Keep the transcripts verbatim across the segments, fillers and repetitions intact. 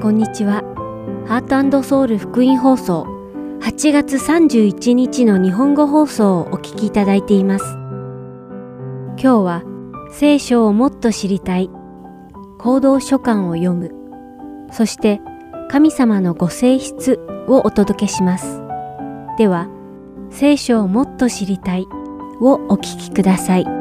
こんにちは。ハート&ソウル福音放送はちがつさんじゅういちにちの日本語放送をお聞きいただいています。今日は聖書をもっと知りたい、行動書簡を読む、そして神様のご性質をお届けします。では、聖書をもっと知りたいをお聞きください。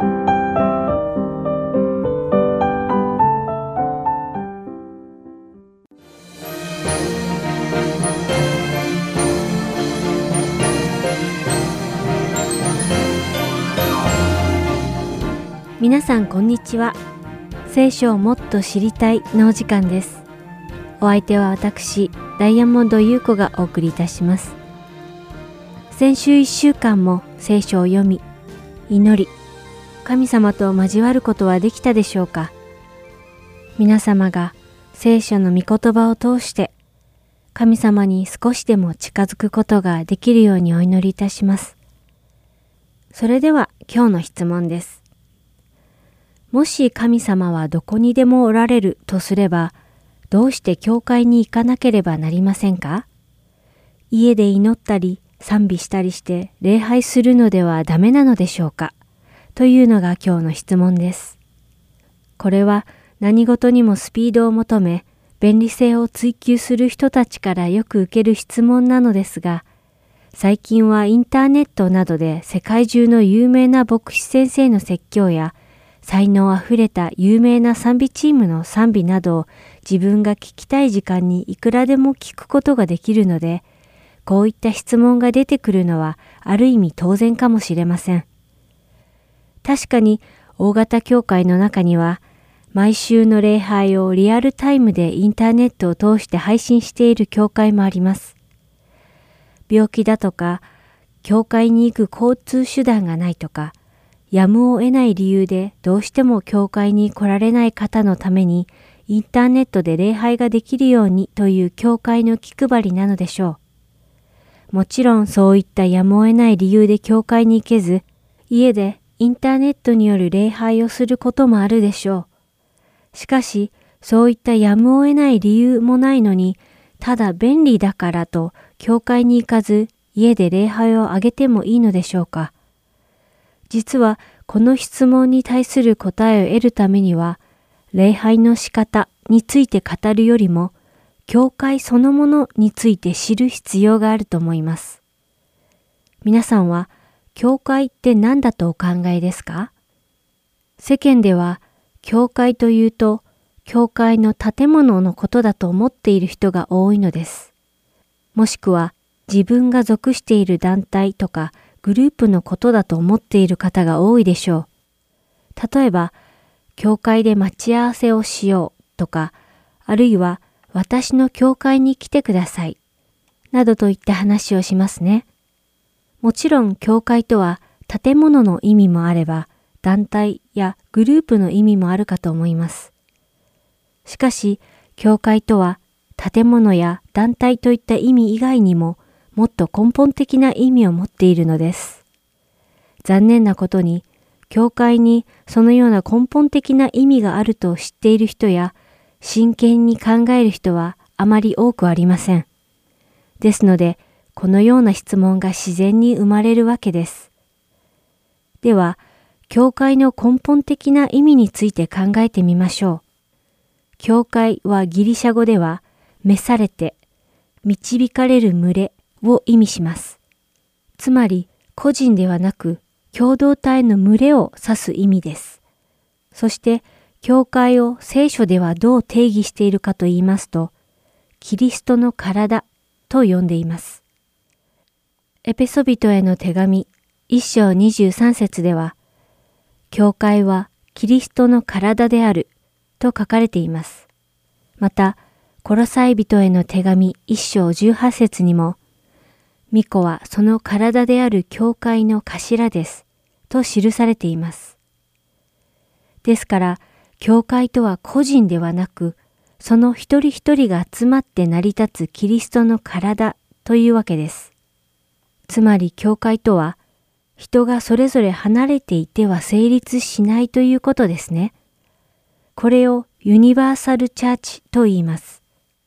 皆さんこんにちは。聖書をもっと知りたいのお時間です。お相手は私、ダイヤモンド優子がお送りいたします。先週いっしゅうかんも聖書を読み、祈り、神様と交わることはできたでしょうか。皆様が聖書の御言葉を通して神様に少しでも近づくことができるようにお祈りいたします。それでは今日の質問です。もし神様はどこにでもおられるとすれば、どうして教会に行かなければなりませんか？家で祈ったり賛美したりして礼拝するのではダメなのでしょうか？というのが今日の質問です。これは何事にもスピードを求め、便利性を追求する人たちからよく受ける質問なのですが、最近はインターネットなどで世界中の有名な牧師先生の説教や、才能あふれた有名な賛美チームの賛美などを自分が聞きたい時間にいくらでも聞くことができるので、こういった質問が出てくるのはある意味当然かもしれません。確かに大型教会の中には、毎週の礼拝をリアルタイムでインターネットを通して配信している教会もあります。病気だとか、教会に行く交通手段がないとか、やむを得ない理由でどうしても教会に来られない方のためにインターネットで礼拝ができるようにという教会の気配りなのでしょう。もちろんそういったやむを得ない理由で教会に行けず、家でインターネットによる礼拝をすることもあるでしょう。しかし、そういったやむを得ない理由もないのに、ただ便利だからと教会に行かず家で礼拝をあげてもいいのでしょうか。実はこの質問に対する答えを得るためには、礼拝の仕方について語るよりも、教会そのものについて知る必要があると思います。皆さんは、教会って何だとお考えですか？世間では、教会というと、教会の建物のことだと思っている人が多いのです。もしくは、自分が属している団体とか、グループのことだと思っている方が多いでしょう。例えば、教会で待ち合わせをしようとか、あるいは私の教会に来てください、などといった話をしますね。もちろん教会とは建物の意味もあれば、団体やグループの意味もあるかと思います。しかし、教会とは建物や団体といった意味以外にも、もっと根本的な意味を持っているのです。残念なことに、教会にそのような根本的な意味があると知っている人や、真剣に考える人はあまり多くありません。ですので、このような質問が自然に生まれるわけです。では、教会の根本的な意味について考えてみましょう。教会はギリシャ語では、召されて、導かれる群れ、を意味します。つまり、個人ではなく、共同体の群れを指す意味です。そして、教会を聖書ではどう定義しているかと言いますと、キリストの体と呼んでいます。エペソビトへの手紙いっしょうにじゅうさんせつでは、教会はキリストの体であると書かれています。また、コロサイ人への手紙いっしょうじゅうはっせつにも、御子はその体である教会の頭です、と記されています。ですから、教会とは個人ではなく、その一人一人が集まって成り立つキリストの体というわけです。つまり教会とは、人がそれぞれ離れていては成立しないということですね。これをユニバーサルチャーチと言います。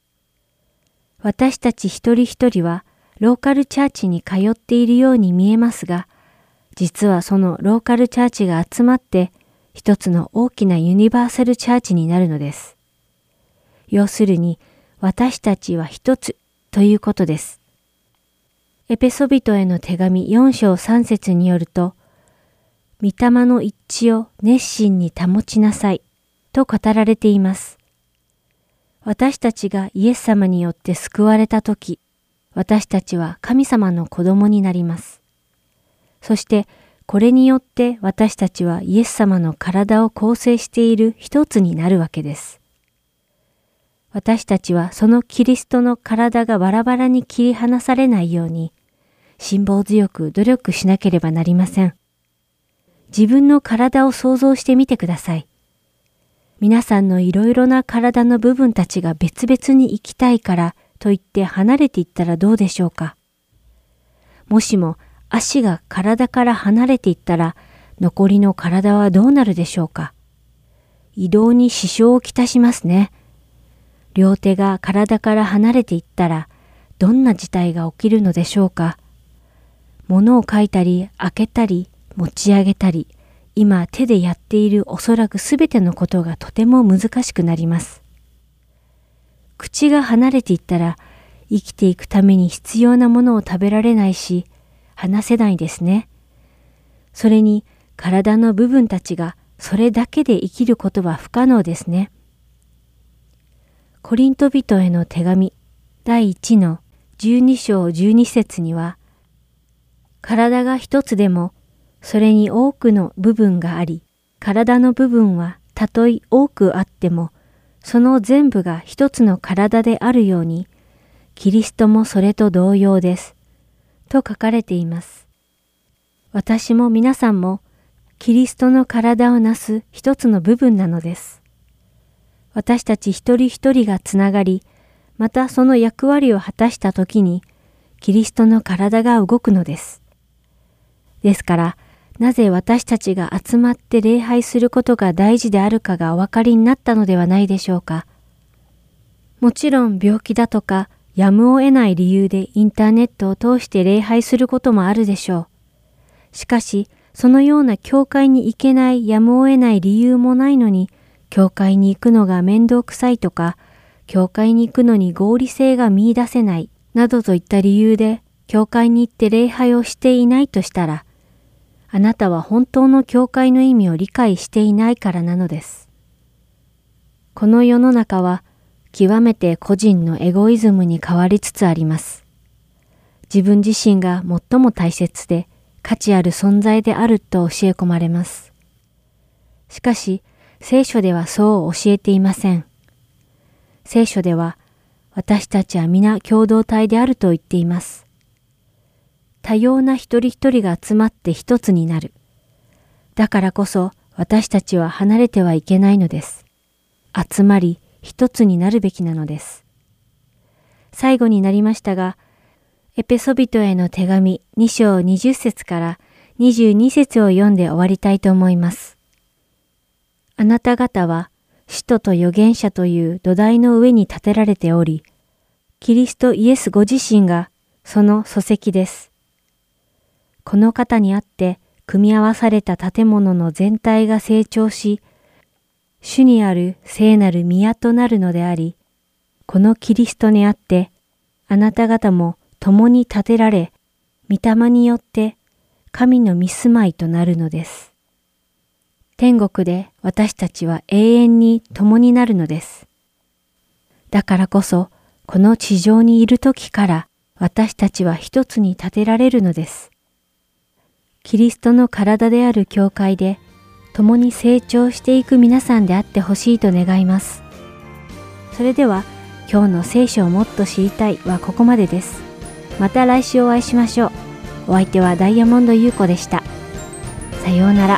私たち一人一人はローカルチャーチに通っているように見えますが、実はそのローカルチャーチが集まって一つの大きなユニバーサルチャーチになるのです。要するに私たちは一つということです。エペソビトへの手紙よん章さん節によると、御霊の一致を熱心に保ちなさいと語られています。私たちがイエス様によって救われたとき、私たちは神様の子供になります。そしてこれによって私たちはイエス様の体を構成している一つになるわけです。私たちはそのキリストの体がバラバラに切り離されないように、辛抱強く努力しなければなりません。自分の体を想像してみてください。皆さんのいろいろな体の部分たちが別々に生きたいからと言って離れていったらどうでしょうか。もしも足が体から離れていったら残りの体はどうなるでしょうか。移動に支障をきたしますね。両手が体から離れていったらどんな事態が起きるのでしょうか。物を書いたり開けたり持ち上げたり、今手でやっているおそらくすべてのことがとても難しくなります。口が離れていったら生きていくために必要なものを食べられないし、話せないですね。それに体の部分たちがそれだけで生きることは不可能ですね。コリント人への手紙だいいちのじゅうに章じゅうに節には、体が一つでもそれに多くの部分があり、体の部分はたとえ多くあっても、その全部が一つの体であるように、キリストもそれと同様です。と書かれています。私も皆さんも、キリストの体をなす一つの部分なのです。私たち一人一人がつながり、またその役割を果たしたときに、キリストの体が動くのです。ですから、なぜ私たちが集まって礼拝することが大事であるかがお分かりになったのではないでしょうか。もちろん病気だとか、やむを得ない理由でインターネットを通して礼拝することもあるでしょう。しかし、そのような教会に行けないやむを得ない理由もないのに、教会に行くのが面倒くさいとか、教会に行くのに合理性が見出せない、などといった理由で、教会に行って礼拝をしていないとしたら、あなたは本当の教会の意味を理解していないからなのです。この世の中は極めて個人のエゴイズムに変わりつつあります。自分自身が最も大切で価値ある存在であると教え込まれます。しかし聖書ではそう教えていません。聖書では私たちは皆共同体であると言っています。多様な一人一人が集まって一つになる。だからこそ私たちは離れてはいけないのです。集まり一つになるべきなのです。最後になりましたが、エペソビトへの手紙に章にじゅっ節からにじゅうに節を読んで終わりたいと思います。あなた方は使徒と預言者という土台の上に立てられており、キリストイエスご自身がその礎石です。この方にあって組み合わされた建物の全体が成長し、主にある聖なる宮となるのであり、このキリストにあってあなた方も共に建てられ、御霊によって神の御住まいとなるのです。天国で私たちは永遠に共になるのです。だからこそ、この地上にいる時から私たちは一つに建てられるのです。キリストの体である教会で共に成長していく皆さんであってほしいと願います。それでは今日の聖書をもっと知りたいはここまでです。また来週お会いしましょう。お相手はダイヤモンド優子でした。さようなら。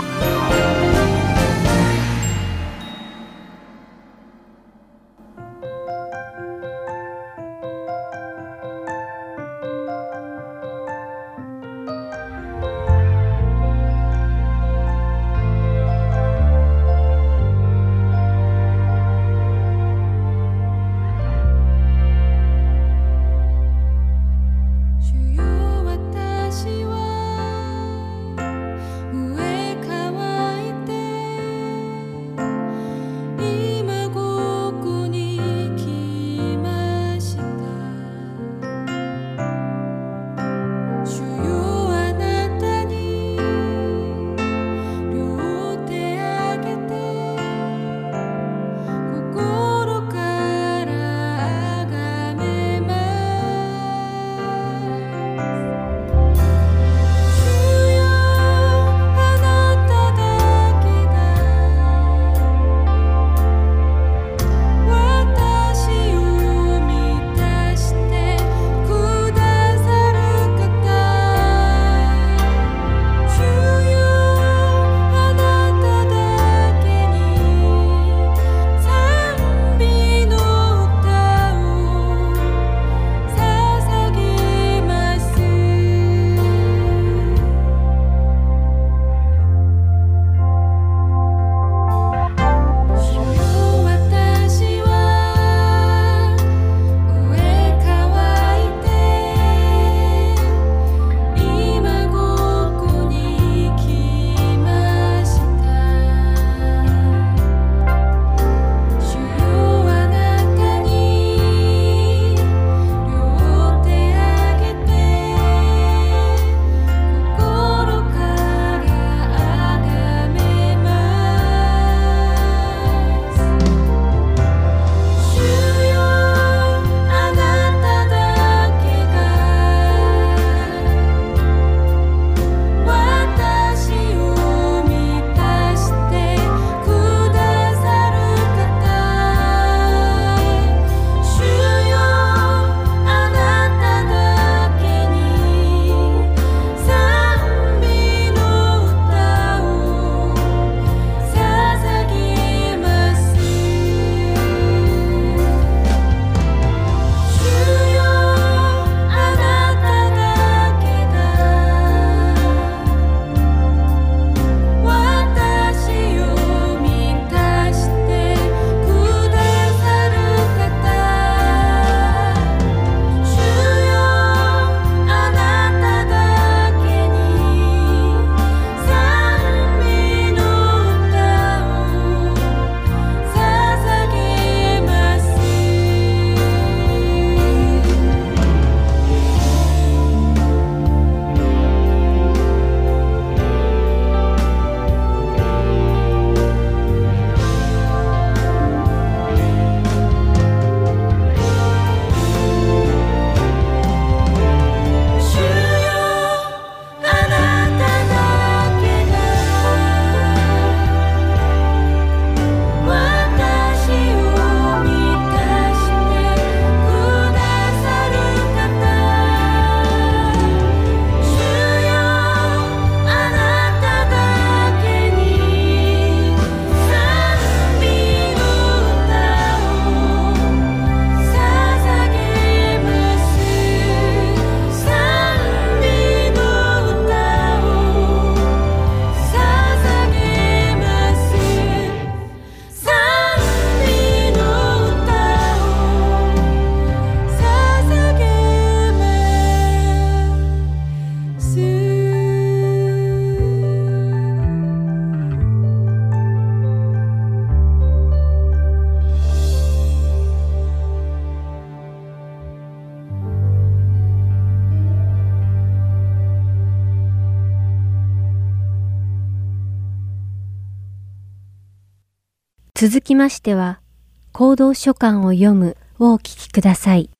続きましては、行動書簡を読むをお聞きください。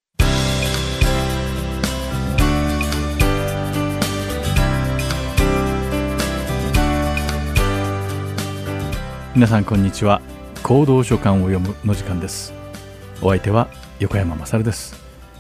皆さんこんにちは。行動書簡を読むの時間です。お相手は横山まさるです。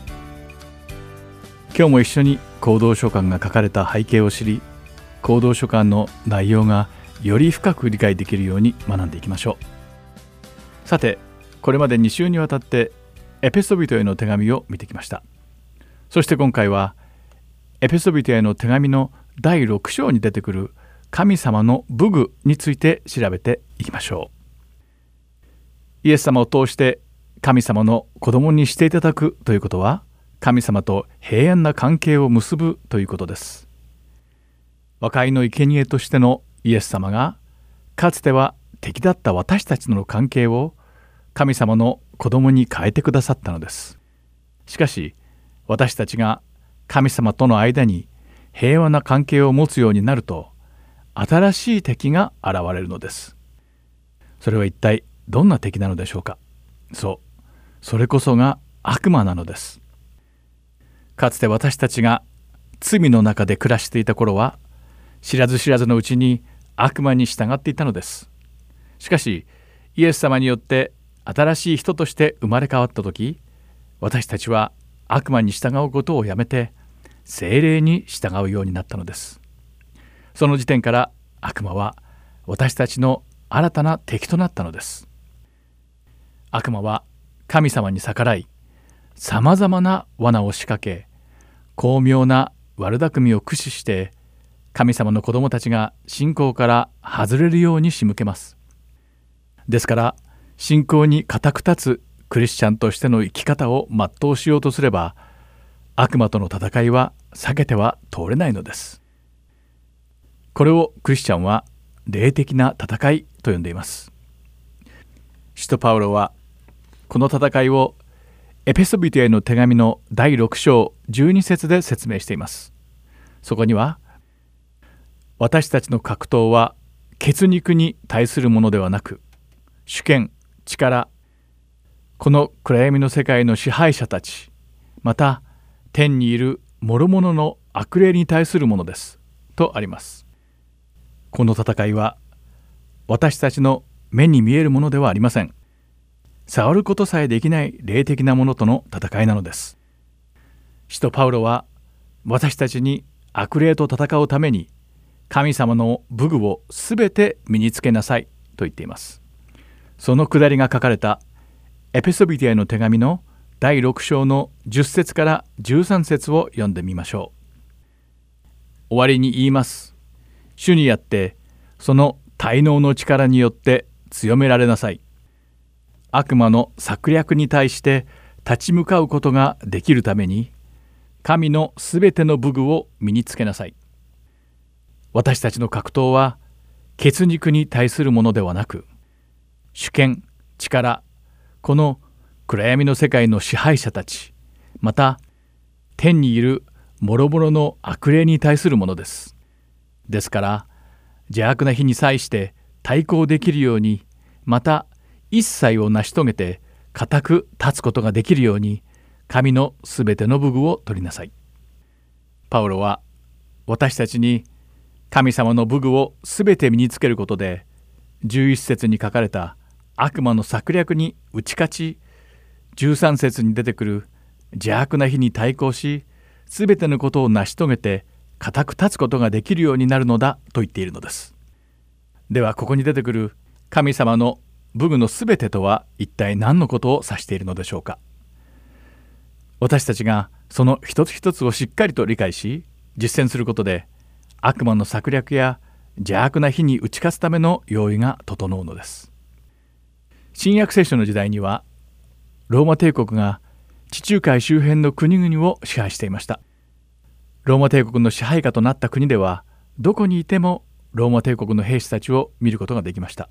今日も一緒に行動書簡が書かれた背景を知り、行動書簡の内容がより深く理解できるように学んでいきましょう。さて、これまでに週にわたってエペソビトへの手紙を見てきました。そして今回はエペソビトへの手紙のだいろく章に出てくる神様の武具について調べていきましょう。イエス様を通して神様の子供にしていただくということは、神様と平安な関係を結ぶということです。和解の生贄としてのイエス様が、かつては敵だった私たちとの関係を神様の子供に変えてくださったのです。しかし、私たちが神様との間に平和な関係を持つようになると、新しい敵が現れるのです。それは一体どんな敵なのでしょうか。そう、それこそが悪魔なのです。かつて私たちが罪の中で暮らしていた頃は、知らず知らずのうちに悪魔に従っていたのです。しかし、イエス様によって新しい人として生まれ変わった時、私たちは悪魔に従うことをやめて、聖霊に従うようになったのです。その時点から悪魔は私たちの新たな敵となったのです。悪魔は神様に逆らい、さまざまな罠を仕掛け、巧妙な悪巧みを駆使して神様の子供たちが信仰から外れるように仕向けます。ですから信仰に固く立つクリスチャンとしての生き方を全うしようとすれば、悪魔との戦いは避けては通れないのです。これをクリスチャンは霊的な戦いと呼んでいます。使徒パウロはこの戦いをエペソビトへの手紙のだいろく章じゅうに節で説明しています。そこには、私たちの格闘は血肉に対するものではなく、主権、力、この暗闇の世界の支配者たち、また天にいる諸々の悪霊に対するものですとあります。この戦いは私たちの目に見えるものではありません。触ることさえできない霊的なものとの戦いなのです。使徒パウロは私たちに悪霊と戦うために神様の武具をすべて身につけなさいと言っています。そのくだりが書かれたエペソビトへの手紙のだいろく章のじゅっ節からじゅうさん節を読んでみましょう。終わりに言います。主にあってその大能の力によって強められなさい。悪魔の策略に対して立ち向かうことができるために、神のすべての武具を身につけなさい。私たちの格闘は血肉に対するものではなく、主権、力、この暗闇の世界の支配者たち、また天にいる諸々の悪霊に対するものです。ですから邪悪な日に際して対抗できるように、また一切を成し遂げて固く立つことができるように、神のすべての武具を取りなさい。パウロは私たちに神様の武具をすべて身につけることで、じゅういち節に書かれた悪魔の策略に打ち勝ち、じゅうさん節に出てくる邪悪な日に対抗し、すべてのことを成し遂げて固く立つことができるようになるのだと言っているのです。ではここに出てくる神様の武具のすべてとは一体何のことを指しているのでしょうか。私たちがその一つ一つをしっかりと理解し実践することで、悪魔の策略や邪悪な日に打ち勝つための用意が整うのです。新約聖書の時代にはローマ帝国が地中海周辺の国々を支配していました。ローマ帝国の支配下となった国では、どこにいてもローマ帝国の兵士たちを見ることができました。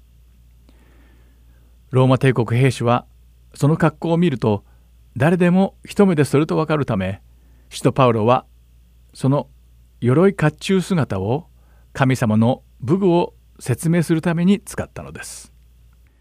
ローマ帝国兵士はその格好を見ると誰でも一目でそれとわかるため、使徒パウロはその鎧甲冑姿を神様の武具を説明するために使ったのです。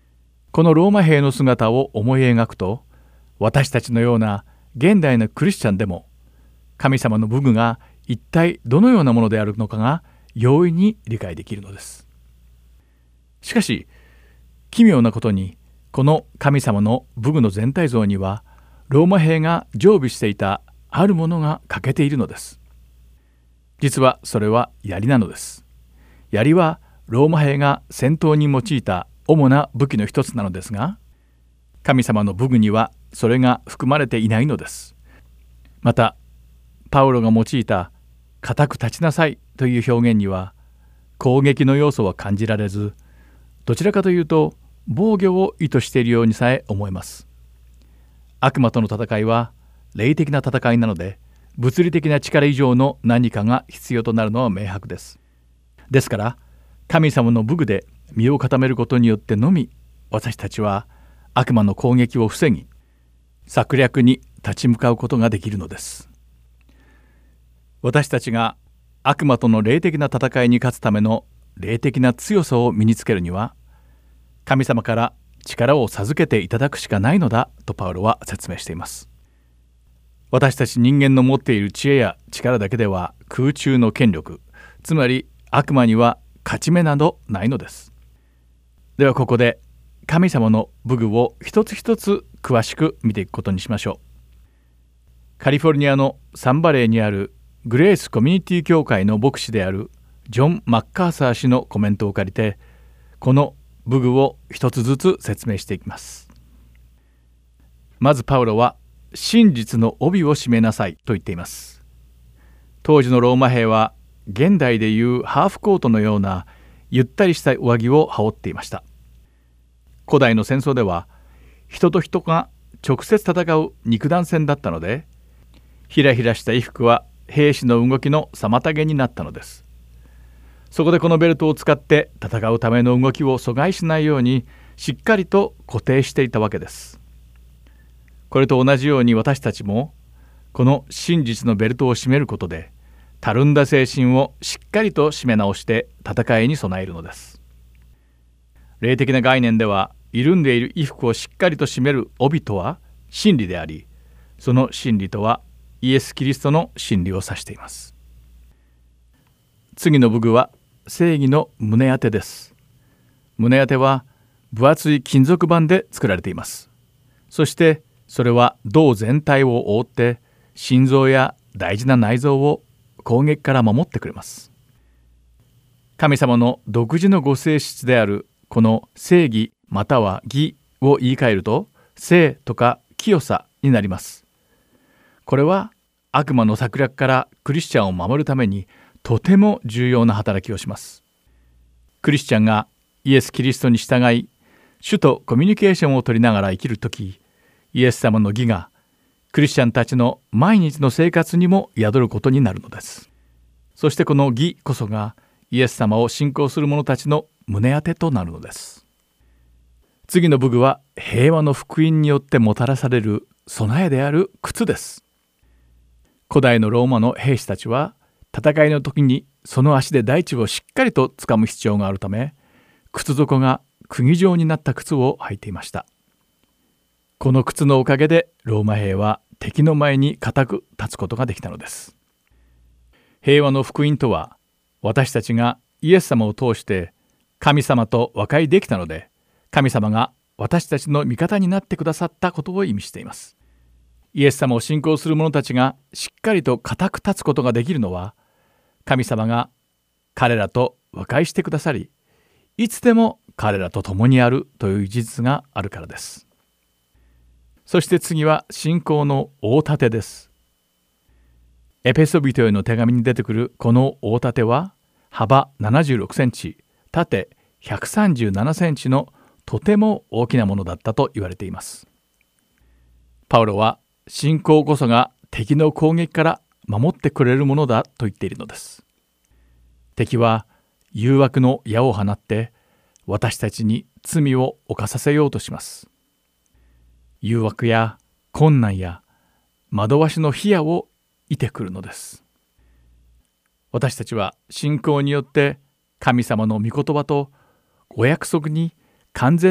このローマ兵の姿を思い描くと、私たちのような現代のクリスチャンでも神様の武具が一体どのようなものであるのかが容易に理解できるのです。しかし奇妙なことに、この神様の武具の全体像にはローマ兵が常備していたあるものが欠けているのです。実はそれは槍なのです。槍はローマ兵が戦闘に用いた主な武器の一つなのですが、神様の武具にはそれが含まれていないのです。またパウロが用いた固く立ちなさいという表現には攻撃の要素は感じられず、どちらかというと防御を意図しているようにさえ思えます。悪魔との戦いは霊的な戦いなので、物理的な力以上の何かが必要となるのは明白です。ですから神様の武具で身を固めることによってのみ、私たちは悪魔の攻撃を防ぎ、策略に立ち向かうことができるのです。私たちが悪魔との霊的な戦いに勝つための霊的な強さを身につけるには、神様から力を授けていただくしかないのだとパウロは説明しています。私たち人間の持っている知恵や力だけでは空中の権力、つまり悪魔には勝ち目などないのです。ではここで神様の武具を一つ一つ詳しく見ていくことにしましょう。カリフォルニアのサンバレーにあるグレースコミュニティ協会の牧師であるジョン・マッカーサー氏のコメントを借りて、この武具を一つずつ説明していきます。まずパウロは真実の帯を締めなさいと言っています。当時のローマ兵は現代でいうハーフコートのようなゆったりした上着を羽織っていました。古代の戦争では人と人が直接戦う肉弾戦だったので、ひらひらした衣服は兵士の動きの妨げになったのです。そこでこのベルトを使って戦うための動きを阻害しないようにしっかりと固定していたわけです。これと同じように私たちもこの真実のベルトを締めることで、たるんだ精神をしっかりと締め直して戦いに備えるのです。霊的な概念では、緩んでいる衣服をしっかりと締める帯とは真理であり、その真理とはイエス・キリストの真理を指しています。次の武具は正義の胸当てです。胸当ては分厚い金属板で作られています。そしてそれは胴全体を覆って心臓や大事な内臓を攻撃から守ってくれます。神様の独自のご性質であるこの正義または義を言い換えると、正とか清さになります。これは悪魔の策略からクリスチャンを守るためにとても重要な働きをします。クリスチャンがイエス・キリストに従い、主とコミュニケーションを取りながら生きるとき、イエス様の義がクリスチャンたちの毎日の生活にも宿ることになるのです。そしてこの義こそがイエス様を信仰する者たちの胸当てとなるのです。次の武具は平和の福音によってもたらされる備えである靴です。古代のローマの兵士たちは戦いの時にその足で大地をしっかりと掴む必要があるため、靴底が釘状になった靴を履いていました。この靴のおかげでローマ兵は敵の前に固く立つことができたのです。平和の福音とは、私たちがイエス様を通して神様と和解できたので、神様が私たちの味方になってくださったことを意味しています。イエス様を信仰する者たちがしっかりと固く立つことができるのは、神様が彼らと和解してくださり、いつでも彼らと共にあるという事実があるからです。そして次は信仰の大盾です。エペソビトへの手紙に出てくるこの大盾は幅ななじゅうろくセンチ、縦ひゃくさんじゅうななセンチのとても大きなものだったと言われています。パウロは信仰こそが敵の攻撃から守ってくれるものだと言っているのです。敵は誘惑の矢を放って私たちに罪を犯させようとします。誘惑や困難や惑わしの火矢を射てくるのです。私たちは信仰によって神様の御言葉とお約束に完全で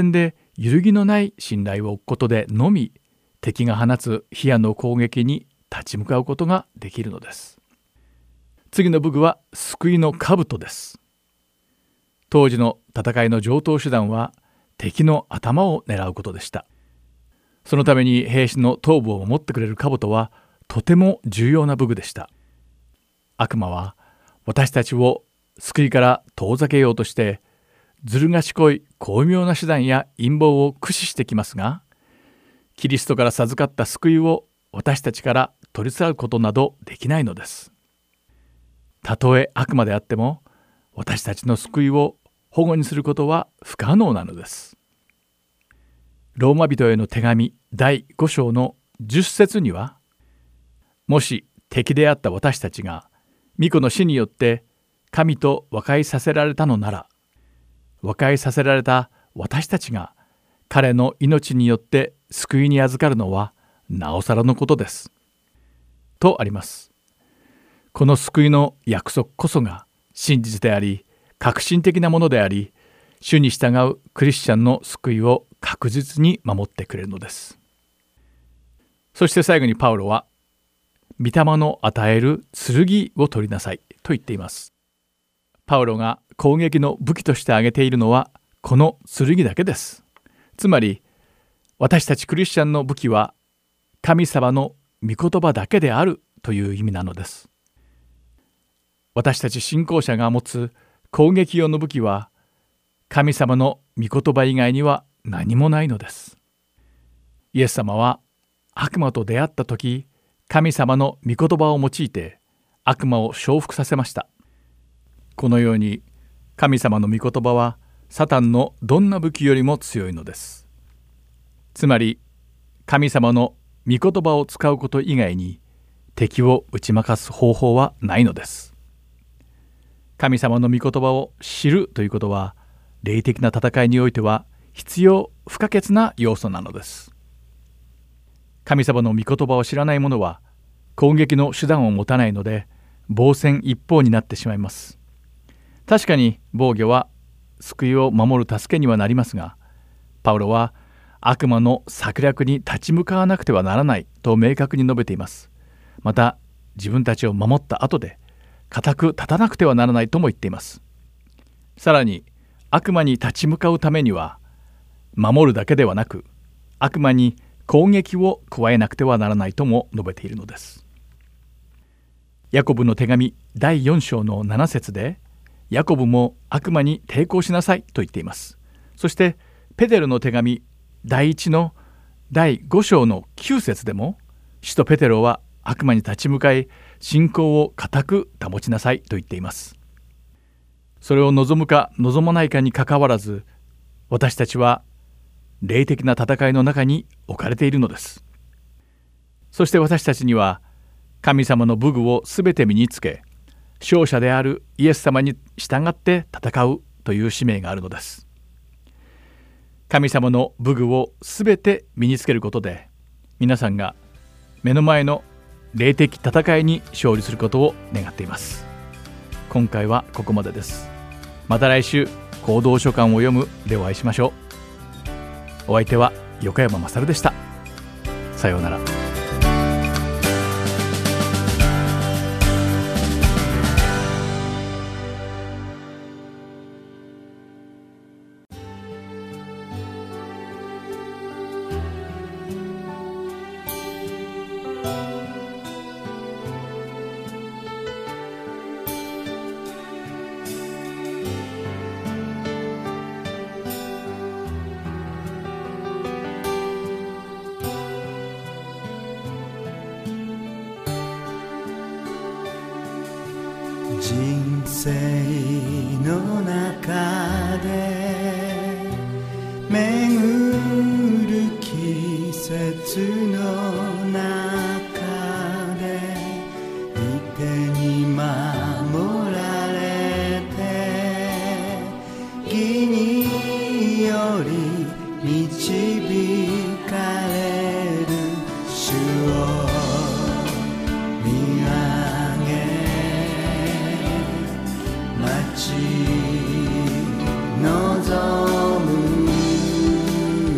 揺るぎのない信頼を置くことでのみ、敵が放つ火矢の攻撃に立ち向かうことができるのです。次の武具は救いの兜です。当時の戦いの常套手段は敵の頭を狙うことでした。そのために兵士の頭部を守ってくれる兜はとても重要な武具でした。悪魔は私たちを救いから遠ざけようとしてずる賢い巧妙な手段や陰謀を駆使してきますが、キリストから授かった救いを私たちから取り去ることなどできないのです。たとえ悪魔であっても私たちの救いを保護にすることは不可能なのです。ローマ人への手紙だいご章のじゅっ節には、もし敵であった私たちが御子の死によって神と和解させられたのなら、和解させられた私たちが彼の命によって救いに預かるのはなおさらのことです。とあります。この救いの約束こそが真実であり、革新的なものであり、主に従うクリスチャンの救いを確実に守ってくれるのです。そして最後にパウロは、御霊の与える剣を取りなさいと言っています。パウロが攻撃の武器として挙げているのはこの剣だけです。つまり私たちクリスチャンの武器は神様の御言葉だけであるという意味なのです。私たち信仰者が持つ攻撃用の武器は神様の御言葉以外には何もないのです。イエス様は悪魔と出会った時、神様の御言葉を用いて悪魔を降伏させました。このように神様の御言葉はサタンのどんな武器よりも強いのです。つまり神様の御言葉を使うこと以外に敵を打ち負かす方法はないのです。神様の御言葉を知るということは霊的な戦いにおいては必要不可欠な要素なのです。神様の御言葉を知らない者は攻撃の手段を持たないので防戦一方になってしまいます。確かに防御は救いを守る助けにはなりますが、パウロは悪魔の策略に立ち向かわなくてはならないと明確に述べています。また自分たちを守った後で固く立たなくてはならないとも言っています。さらに悪魔に立ち向かうためには守るだけではなく悪魔に攻撃を加えなくてはならないとも述べているのです。ヤコブの手紙だいよん章のなな節で、ヤコブも悪魔に抵抗しなさいと言っています。そしてペテロの手紙だいいちのだいご章のきゅう節でも、使徒ペテロは悪魔に立ち向かい信仰を固く保ちなさいと言っています。それを望むか望まないかにかかわらず、私たちは霊的な戦いの中に置かれているのです。そして私たちには神様の武具をすべて身につけ、勝者であるイエス様に従って戦うという使命があるのです。神様の武具をすべて身につけることで、皆さんが目の前の霊的戦いに勝利することを願っています。今回はここまでです。また来週、講道書簡を読むでお会いしましょう。お相手は横山勝でした。さようなら。 人生の中で巡る季節の中で御手に守られて義により導かれる主を見上げ待ち望む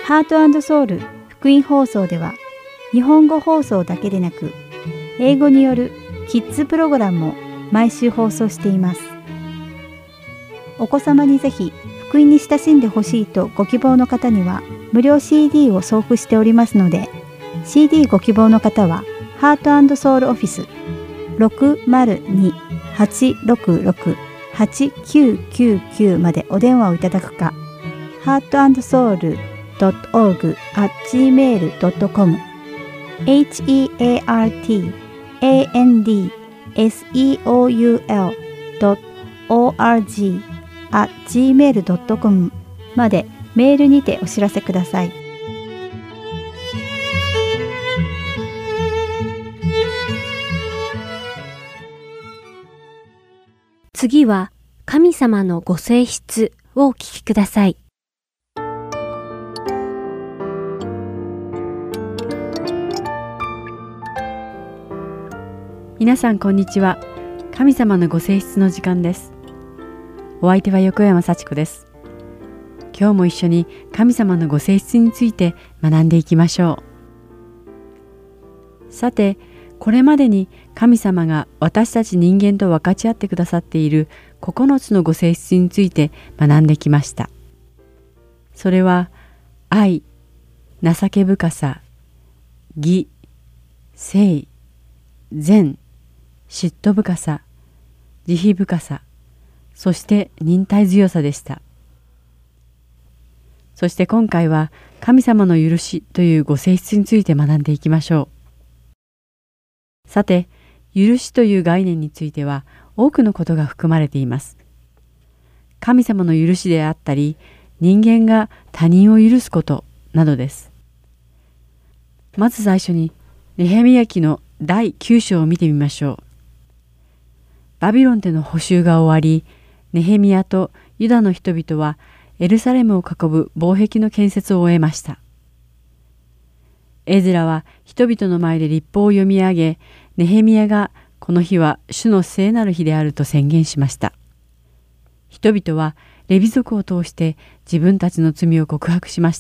ハート&ソウル福音放送では、日本語放送だけでなく、英語によるキッズプログラムも毎週放送しています。お子様にぜひ福音に親しんでほしいとご希望の方には、無料 シーディー を送付しておりますので、シーディー ご希望の方は、ハート&ソウルオフィス ろくまるに はちろくろく はちきゅうきゅうきゅう までお電話をいただくか、ハート&ソウル ドットオーグ アット ジーメール ドットコム エイチ イー エー アール ティー エー エヌ ディー エス イー オー ユー エル ドット オー アール ジー アット ジーメール ドットコム までメールにてお知らせください。 次は神様のご性質をお聞きください。 皆さんこんにちは。神様のご性質の時間です。お相手は横山幸子です。今日も一緒に神様のご性質について学んでいきましょう。さて、これまでに神様が私たち人間と分かち合ってくださっているここのつのご性質について学んできました。それは愛、情け深さ、義、誠、善、嫉妬深さ、慈悲深さ、そして忍耐強さでした。そして今回は神様の許しというご性質について学んでいきましょう。さて、許しという概念については多くのことが含まれています。神様の許しであったり、人間が他人を許すことなどです。まず最初にネヘミヤ記のだいきゅう章を見てみましょう。バビロンでの捕囚が終わり、ネヘミヤとユダの人々はエルサレムを囲ぶ防壁の建設を終えました。エズラは人々の前で律法を読み上げ、ネヘミヤがこの日は主の聖なる日であると宣言しました。人々はレビ族を通して自分たちの罪を告白しました。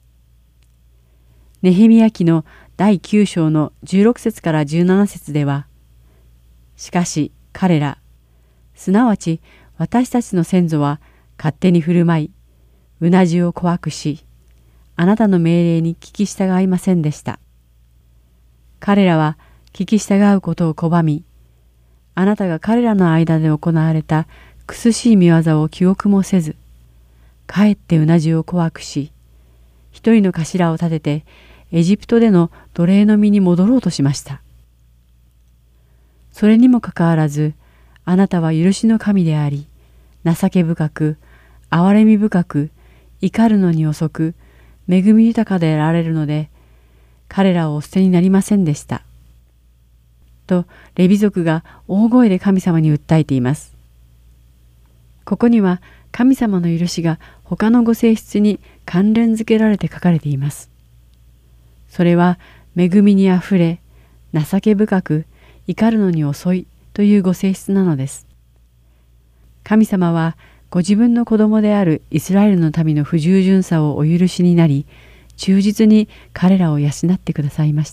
ネヘミヤ記のだいきゅう章のじゅうろく節からじゅうなな節では、しかし彼ら、すなわち私たちの先祖は勝手に振る舞い、うなじを怖くし、あなたの命令に聞き従いませんでした。彼らは聞き従うことを拒み、あなたが彼らの間で行われた苦しい見業を記憶もせず、かえってうなじを怖くし、一人の頭を立ててエジプトでの奴隷の身に戻ろうとしました。それにもかかわらず、あなたは許しの神であり、情け深く、憐れみ深く、怒るのに遅く、恵み豊かであられるので、彼らをお捨てになりませんでした。と、レビ族が大声で神様に訴えています。ここには神様の許しが他のご性質に関連づけられて書かれています。それは恵みにあふれ、情け深く、怒るのに遅いというご性質なのです。神様はご自分の子供であるイスラエルの民の不従順さをお許しになり、忠実に彼らを養ってくださいました。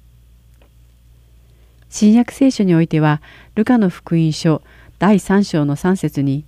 新約聖書においては、ルカの福音書だいさん章のさん節に、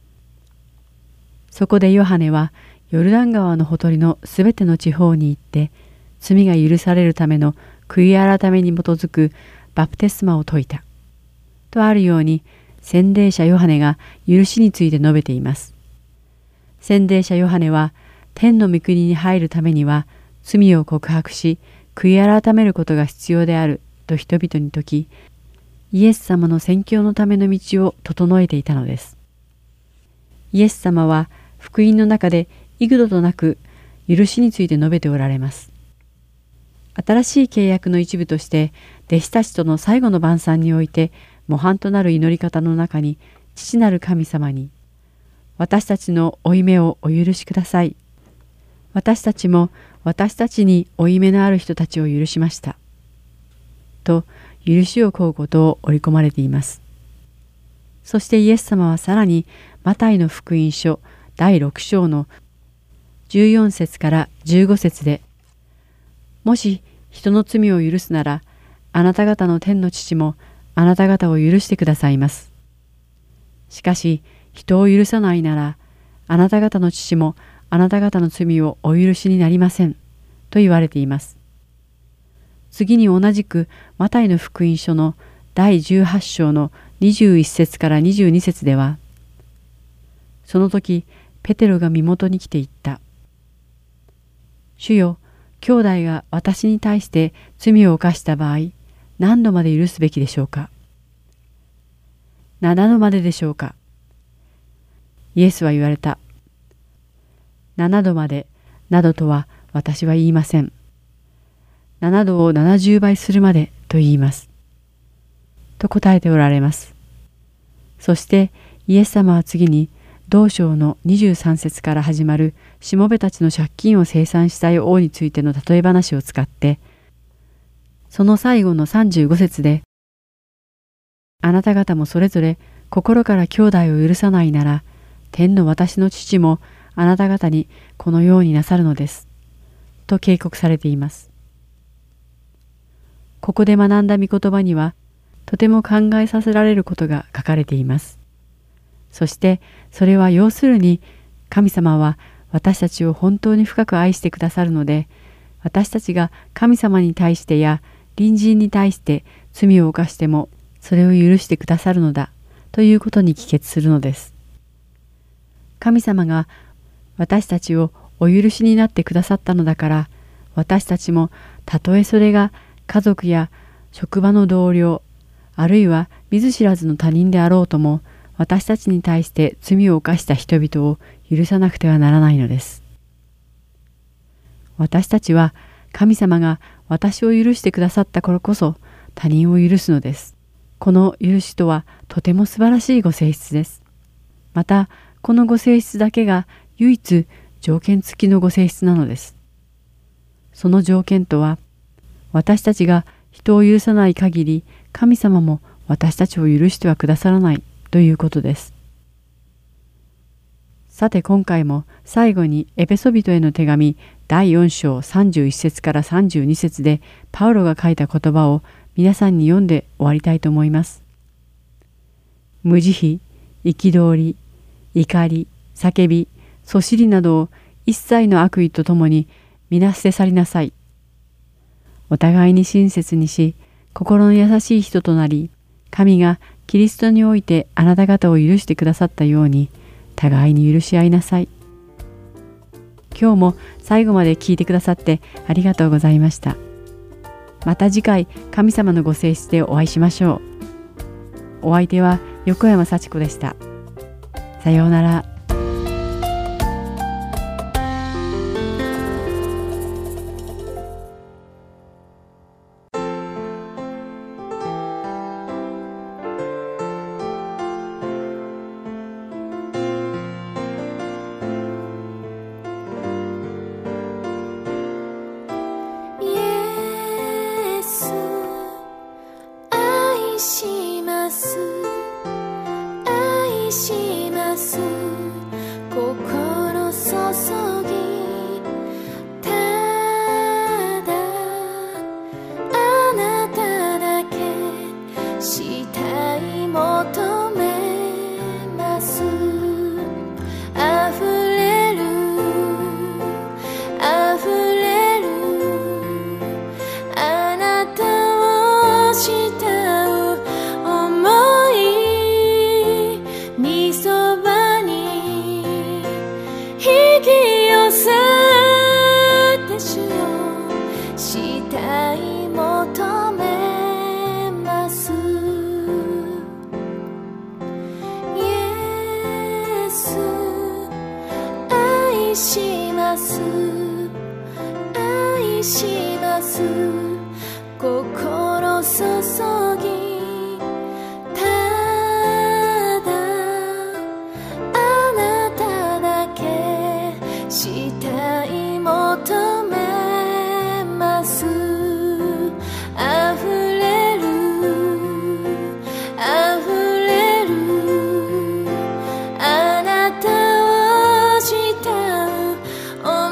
そこでヨハネはヨルダン川のほとりのすべての地方に行って、罪が許されるための悔い改めに基づくバプテスマを説いた。とあるように、洗礼者ヨハネが許しについて述べています。洗礼者ヨハネは、天の御国に入るためには、罪を告白し、悔い改めることが必要であると人々に説き、イエス様の宣教のための道を整えていたのです。イエス様は、福音の中で幾度となく許しについて述べておられます。新しい契約の一部として、弟子たちとの最後の晩餐において、模範となる祈り方の中に、父なる神様に、私たちの負い目をお許しください。私たちも私たちに負い目のある人たちを許しました。と、許しを請うことを織り込まれています。そしてイエス様はさらに、マタイの福音書だいろく章のじゅうよん節からじゅうご節で、もし人の罪を許すなら、あなた方の天の父もあなた方を許してくださいます。しかし人を許さないなら、あなた方の父もあなた方の罪をお許しになりませんと言われています。次に同じくマタイの福音書のだいじゅうはち章のにじゅういち節からにじゅうに節では、その時ペテロが身元に来て言った。主よ、兄弟が私に対して罪を犯した場合、何度まで許すべきでしょうか。ななどまででしょうか。イエスは言われた。ななどまでなどとは私は言いません。ななどをななじゅうばいするまでと言います。と答えておられます。そしてイエス様は次に同章のにじゅうさん節から始まるしもべたちの借金を清算したい王についての例え話を使って、その最後のさんじゅうご節で、あなた方もそれぞれ心から兄弟を許さないなら、天の私の父もあなた方にこのようになさるのです。と警告されています。ここで学んだ御言葉には、とても考えさせられることが書かれています。そしてそれは要するに、神様は私たちを本当に深く愛してくださるので、私たちが神様に対してや隣人に対して罪を犯してもそれを許してくださるのだということに帰結するのです。神様が私たちをお許しになってくださったのだから、私たちもたとえそれが家族や職場の同僚、あるいは見ず知らずの他人であろうとも、私たちに対して罪を犯した人々を許さなくてはならないのです。私たちは神様が私を許してくださったからこそ他人を許すのです。この許しとはとても素晴らしいご性質です。またこのご性質だけが唯一条件付きのご性質なのです。その条件とは、私たちが人を許さない限り神様も私たちを許してはくださらないということです。さて今回も最後にエペソビトへの手紙だいよん章さんじゅういち節からさんじゅうに節でパウロが書いた言葉を皆さんに読んで終わりたいと思います。無慈悲、憤り、怒り、叫び、そしりなどを一切の悪意とともに皆捨て去りなさい。お互いに親切にし、心の優しい人となり、神がキリストにおいてあなた方を許してくださったように、互いに許し合いなさい。今日も最後まで聞いてくださってありがとうございました。また次回、神様のご性質でお会いしましょう。お相手は横山幸子でした。さようなら。 あなたを慕う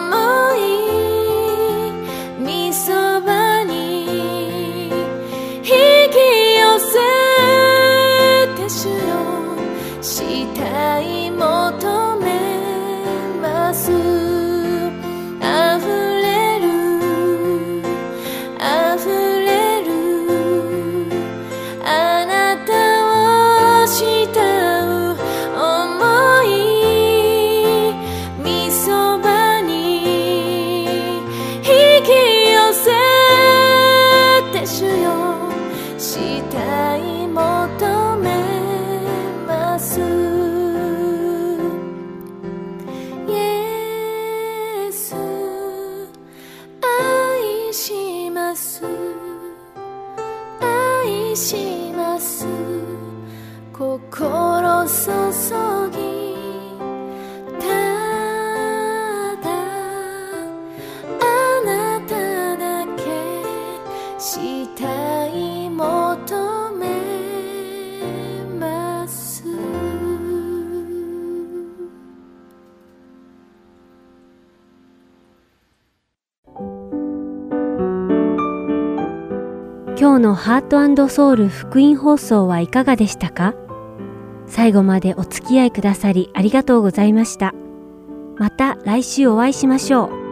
にします。心注ぎただあなただけしたい求めます。 今日のハート&ソウル福音放送はいかがでしたか？最後までお付き合いくださりありがとうございました。また来週お会いしましょう。